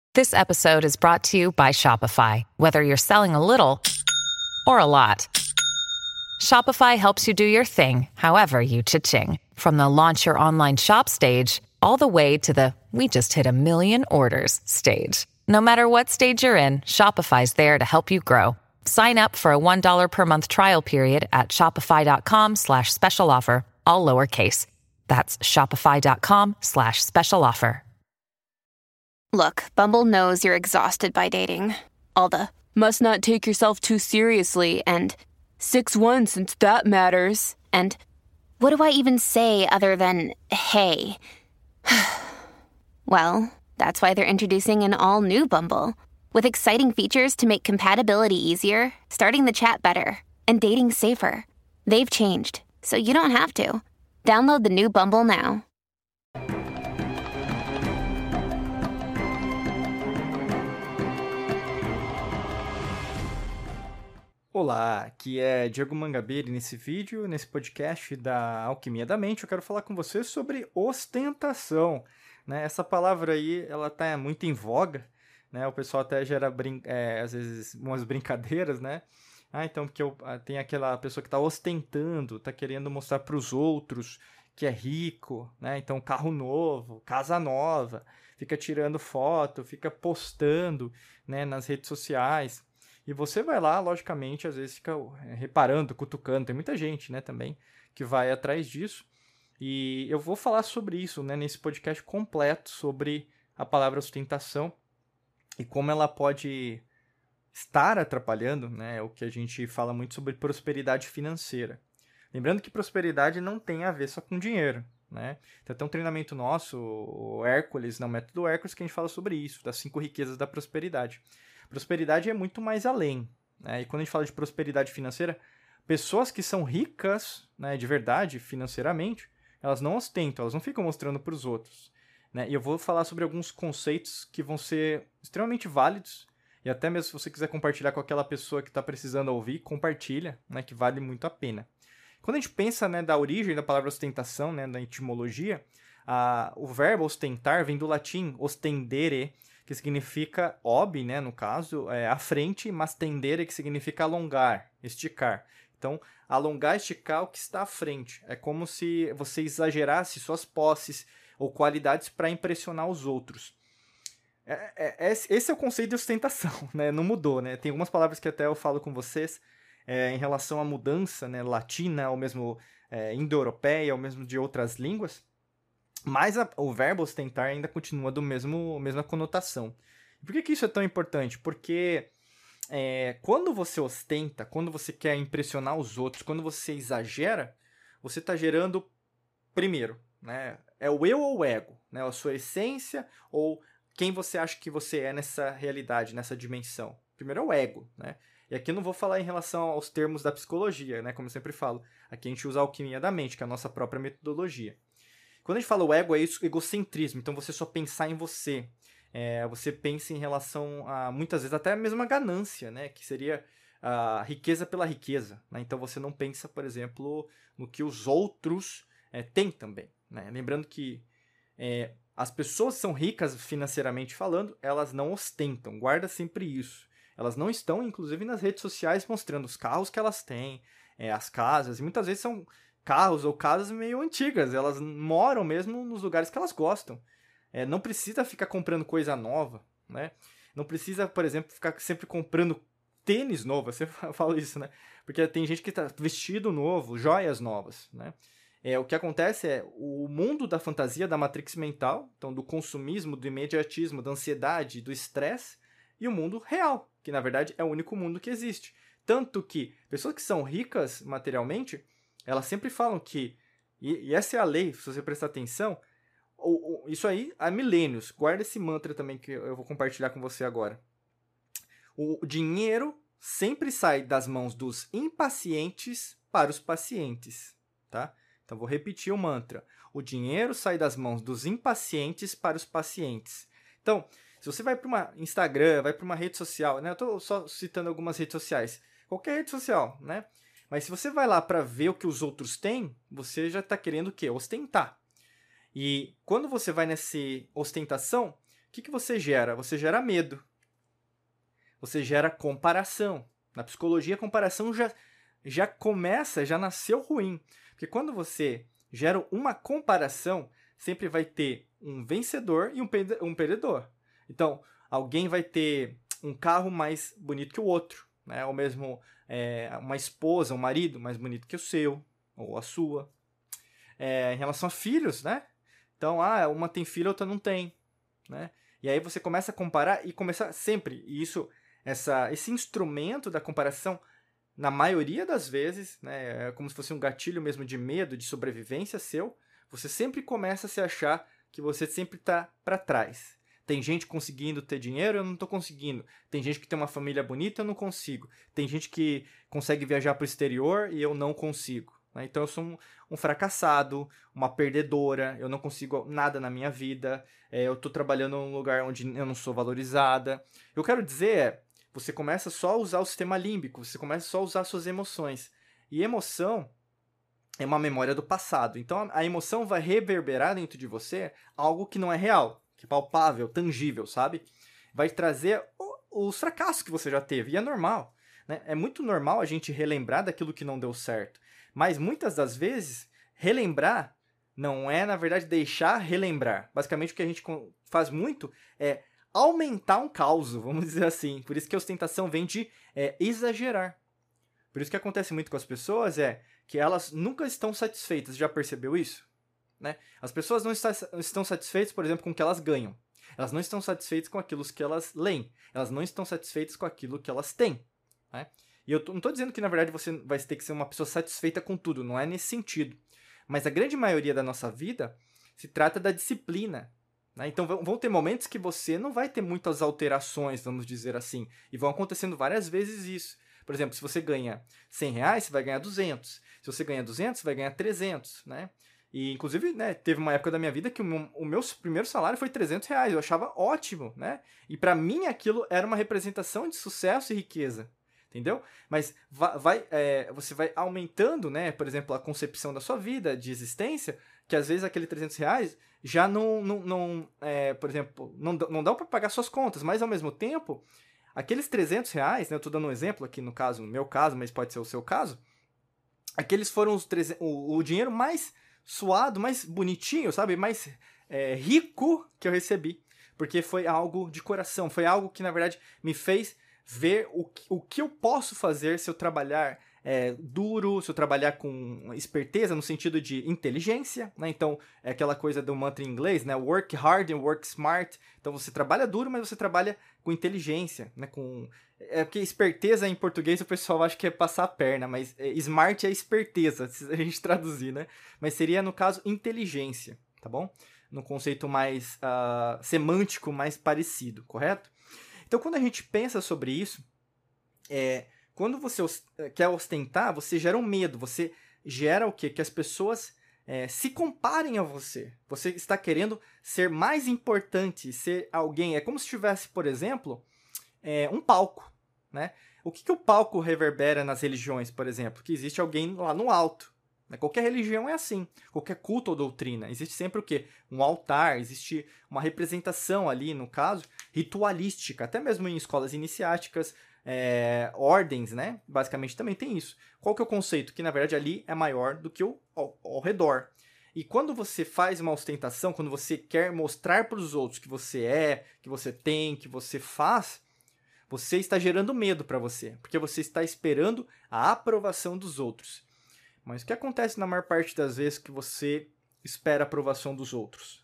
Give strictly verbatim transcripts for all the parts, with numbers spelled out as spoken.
This episode is brought to you by Shopify. Whether you're selling a little or a lot, Shopify helps you do your thing, however you cha-ching. From the launch your online shop stage, all the way to the we just hit a million orders stage. No matter what stage you're in, Shopify's there to help you grow. Sign up for a one dollar per month trial period at shopify.com slash special offer, all lowercase. That's shopify.com slash special offer. Look, Bumble knows you're exhausted by dating. All the must not take yourself too seriously and six one since that matters. And what do I even say other than hey? Well, that's why they're introducing an all-new Bumble with exciting features to make compatibility easier, starting the chat better, and dating safer. They've changed, so you don't have to. Download the new Bumble now. Olá, aqui é Diego Mangabeira e nesse vídeo, nesse podcast da Alquimia da Mente, eu quero falar com você sobre ostentação, né? Essa palavra aí, ela tá muito em voga, né? O pessoal até gera, brin- é, às vezes, umas brincadeiras, né? Ah, então, porque eu, tem aquela pessoa que está ostentando, está querendo mostrar para os outros que é rico, né? Então, carro novo, casa nova, fica tirando foto, fica postando, né, nas redes sociais. E você vai lá, logicamente, às vezes fica reparando, cutucando. Tem muita gente, né, também, que vai atrás disso. E eu vou falar sobre isso, né, nesse podcast completo, sobre a palavra ostentação e como ela pode estar atrapalhando, né, o que a gente fala muito sobre prosperidade financeira. Lembrando que prosperidade não tem a ver só com dinheiro, né? Então tem um treinamento nosso, o Hércules, não, o método Hércules, que a gente fala sobre isso, das cinco riquezas da prosperidade. Prosperidade é muito mais além, né? E quando a gente fala de prosperidade financeira, pessoas que são ricas, né, de verdade, financeiramente, elas não ostentam, elas não ficam mostrando para os outros, né? E eu vou falar sobre alguns conceitos que vão ser extremamente válidos, e até mesmo se você quiser compartilhar com aquela pessoa que está precisando ouvir, compartilha, né, que vale muito a pena. Quando a gente pensa, né, da origem da palavra ostentação, né, da etimologia, a, o verbo ostentar vem do latim ostendere, que significa ob, né, no caso, é, à frente, mas tendere, que significa alongar, esticar. Então, alongar, esticar o que está à frente. É como se você exagerasse suas posses ou qualidades para impressionar os outros. É, é, esse é o conceito de ostentação, né? Não mudou, né? Tem algumas palavras que até eu falo com vocês é, em relação à mudança, né, latina, ou mesmo é, indo-europeia, ou mesmo de outras línguas. Mas a, o verbo ostentar ainda continua do mesmo mesma conotação. Por que, que isso é tão importante? Porque é, quando você ostenta, quando você quer impressionar os outros, quando você exagera, você está gerando, primeiro, né, é o eu ou o ego, né, a sua essência ou quem você acha que você é nessa realidade, nessa dimensão. Primeiro é o ego, né? E aqui eu não vou falar em relação aos termos da psicologia, né, como eu sempre falo. Aqui a gente usa a alquimia da mente, que é a nossa própria metodologia. Quando a gente fala o ego, é isso, egocentrismo. Então, você só pensar em você. É, você pensa em relação a, muitas vezes, até mesmo a ganância, né? Que seria a riqueza pela riqueza. Né? Então, você não pensa, por exemplo, no que os outros é, têm também. Né? Lembrando que é, as pessoas que são ricas financeiramente falando, elas não ostentam. Guarda sempre isso. Elas não estão, inclusive, nas redes sociais mostrando os carros que elas têm, é, as casas. E muitas vezes são carros ou casas meio antigas, elas moram mesmo nos lugares que elas gostam. É, não precisa ficar comprando coisa nova, né? Não precisa, por exemplo, ficar sempre comprando tênis novo, você fala isso, né? Porque tem gente que tá vestido novo, joias novas, né? É, o que acontece é o mundo da fantasia, da matrix mental, então do consumismo, do imediatismo, da ansiedade, do estresse, e o mundo real, que na verdade é o único mundo que existe. Tanto que pessoas que são ricas materialmente, elas sempre falam que, e, e essa é a lei, se você prestar atenção, o, o, isso aí há milênios. Guarda esse mantra também que eu vou compartilhar com você agora. O dinheiro sempre sai das mãos dos impacientes para os pacientes, tá? Então, vou repetir o mantra. O dinheiro sai das mãos dos impacientes para os pacientes. Então, se você vai para uma Instagram, vai para uma rede social, né? Eu estou só citando algumas redes sociais. Qualquer rede social, né? Mas se você vai lá para ver o que os outros têm, você já está querendo o quê? Ostentar. E quando você vai nessa ostentação, o que, que você gera? Você gera medo. Você gera comparação. Na psicologia, a comparação já, já começa, já nasceu ruim. Porque quando você gera uma comparação, sempre vai ter um vencedor e um, perde- um perdedor. Então, alguém vai ter um carro mais bonito que o outro, né? Ou mesmo é, uma esposa, um marido mais bonito que o seu, ou a sua. É, em relação a filhos, né? Então, ah, uma tem filho, a outra não tem, né? E aí você começa a comparar e começar sempre, e isso, essa, esse instrumento da comparação, na maioria das vezes, né, é como se fosse um gatilho mesmo de medo, de sobrevivência seu, você sempre começa a se achar que você sempre está para trás. Tem gente conseguindo ter dinheiro, eu não estou conseguindo. Tem gente que tem uma família bonita, eu não consigo. Tem gente que consegue viajar para o exterior e eu não consigo. Né? Então eu sou um, um fracassado, uma perdedora, eu não consigo nada na minha vida, é, eu estou trabalhando num lugar onde eu não sou valorizada. Eu quero dizer é, você começa só a usar o sistema límbico, você começa só a usar suas emoções. E emoção é uma memória do passado. Então a emoção vai reverberar dentro de você algo que não é real, que é palpável, tangível, sabe? Vai trazer os fracassos que você já teve. E é normal, né? É muito normal a gente relembrar daquilo que não deu certo. Mas muitas das vezes, relembrar não é, na verdade, deixar relembrar. Basicamente o que a gente faz muito é aumentar um caos, vamos dizer assim. Por isso que a ostentação vem de é, exagerar. Por isso que acontece muito com as pessoas é que elas nunca estão satisfeitas. Já percebeu isso? Né? As pessoas não está, estão satisfeitas, por exemplo, com o que elas ganham. Elas não estão satisfeitas com aquilo que elas leem. Elas não estão satisfeitas com aquilo que elas têm. Né? E eu tô, não estou dizendo que, na verdade, você vai ter que ser uma pessoa satisfeita com tudo. Não é nesse sentido. Mas a grande maioria da nossa vida se trata da disciplina. Né? Então vão ter momentos que você não vai ter muitas alterações, vamos dizer assim. E vão acontecendo várias vezes isso. Por exemplo, se você ganha cem reais, você vai ganhar duzentos. Se você ganha duzentos, você vai ganhar trezentos, né? E, inclusive, né, teve uma época da minha vida que o meu, o meu primeiro salário foi trezentos reais. Eu achava ótimo, né? E para mim aquilo era uma representação de sucesso e riqueza. Entendeu? Mas vai, vai, é, você vai aumentando, né? Por exemplo, a concepção da sua vida, de existência, que às vezes aquele trezentos reais já não, não, não é, por exemplo, não, não dá para pagar suas contas, mas ao mesmo tempo... Aqueles trezentos reais, né, eu estou dando um exemplo aqui no caso, no meu caso, mas pode ser o seu caso, aqueles foram os trezentos, o, o dinheiro mais suado, mais bonitinho, sabe, mais é, rico que eu recebi, porque foi algo de coração, foi algo que na verdade me fez ver o, o que eu posso fazer se eu trabalhar é, duro, se eu trabalhar com esperteza no sentido de inteligência, né? Então é aquela coisa do mantra em inglês, né? Work hard and work smart. Então você trabalha duro, mas você trabalha com inteligência, né? Com... É porque esperteza em português o pessoal acha que é passar a perna, mas smart é esperteza, se a gente traduzir, né? Mas seria, no caso, inteligência, tá bom? No conceito mais uh, semântico, mais parecido, correto? Então, quando a gente pensa sobre isso, é, quando você quer ostentar, você gera um medo, você gera o quê? Que as pessoas é, se comparem a você. Você está querendo ser mais importante, ser alguém. É como se tivesse, por exemplo, é, um palco, né? O que, que o palco reverbera nas religiões, por exemplo? Que existe alguém lá no alto. Né? Qualquer religião é assim. Qualquer culto ou doutrina. Existe sempre o quê? Um altar, existe uma representação ali, no caso, ritualística. Até mesmo em escolas iniciáticas, é, ordens, né? Basicamente também tem isso. Qual que é o conceito? Que, na verdade, ali é maior do que o ao, ao redor. E quando você faz uma ostentação, quando você quer mostrar para os outros que você é, que você tem, que você faz... Você está gerando medo para você, porque você está esperando a aprovação dos outros. Mas o que acontece na maior parte das vezes que você espera a aprovação dos outros?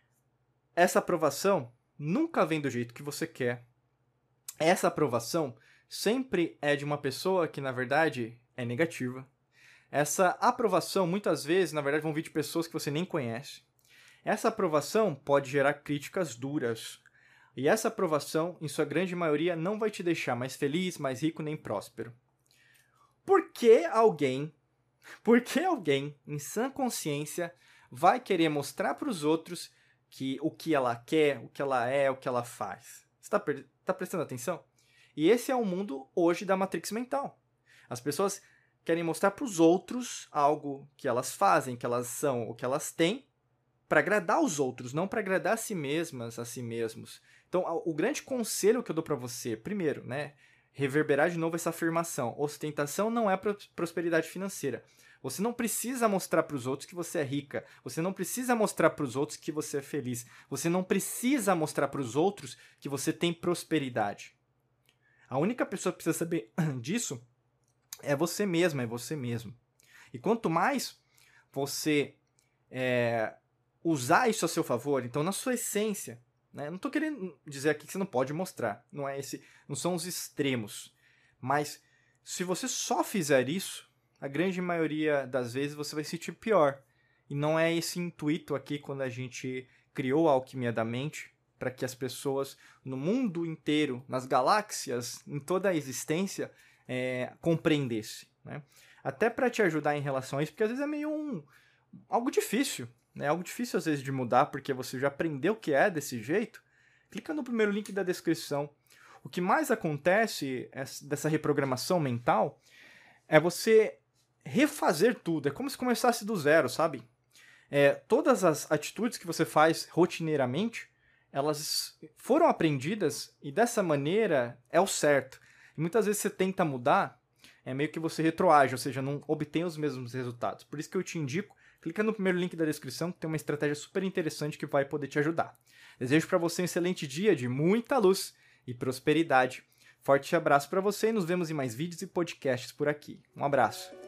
Essa aprovação nunca vem do jeito que você quer. Essa aprovação sempre é de uma pessoa que, na verdade, é negativa. Essa aprovação, muitas vezes, na verdade, vão vir de pessoas que você nem conhece. Essa aprovação pode gerar críticas duras. E essa aprovação, em sua grande maioria, não vai te deixar mais feliz, mais rico, nem próspero. Por que alguém, por que alguém, em sã consciência, vai querer mostrar para os outros que o que ela quer, o que ela é, o que ela faz? Você está pre- tá prestando atenção? E esse é o mundo hoje da Matrix mental. As pessoas querem mostrar para os outros algo que elas fazem, que elas são, o que elas têm, para agradar os outros, não para agradar a si mesmas, a si mesmos. Então, o grande conselho que eu dou para você, primeiro, né, reverberar de novo essa afirmação: ostentação não é prosperidade financeira. Você não precisa mostrar para os outros que você é rica. Você não precisa mostrar para os outros que você é feliz. Você não precisa mostrar para os outros que você tem prosperidade. A única pessoa que precisa saber disso é você mesmo, é você mesmo. E quanto mais você é, usar isso a seu favor, então na sua essência, né, não estou querendo dizer aqui que você não pode mostrar, não é esse, não são os extremos, mas se você só fizer isso, a grande maioria das vezes você vai se sentir pior. E não é esse intuito aqui quando a gente criou a Alquimia da Mente, para que as pessoas no mundo inteiro, nas galáxias, em toda a existência, é, compreendessem, né? Até para te ajudar em relação a isso, porque às vezes é meio um, algo difícil, né? Algo difícil às vezes de mudar, porque você já aprendeu que é desse jeito. Clica no primeiro link da descrição. O que mais acontece dessa reprogramação mental é você refazer tudo. É como se começasse do zero, sabe? É, todas as atitudes que você faz rotineiramente, elas foram aprendidas e dessa maneira é o certo. E muitas vezes você tenta mudar, é meio que você retroage, ou seja, não obtém os mesmos resultados. Por isso que eu te indico, clica no primeiro link da descrição, que tem uma estratégia super interessante que vai poder te ajudar. Desejo para você um excelente dia de muita luz e prosperidade. Forte abraço para você e nos vemos em mais vídeos e podcasts por aqui. Um abraço.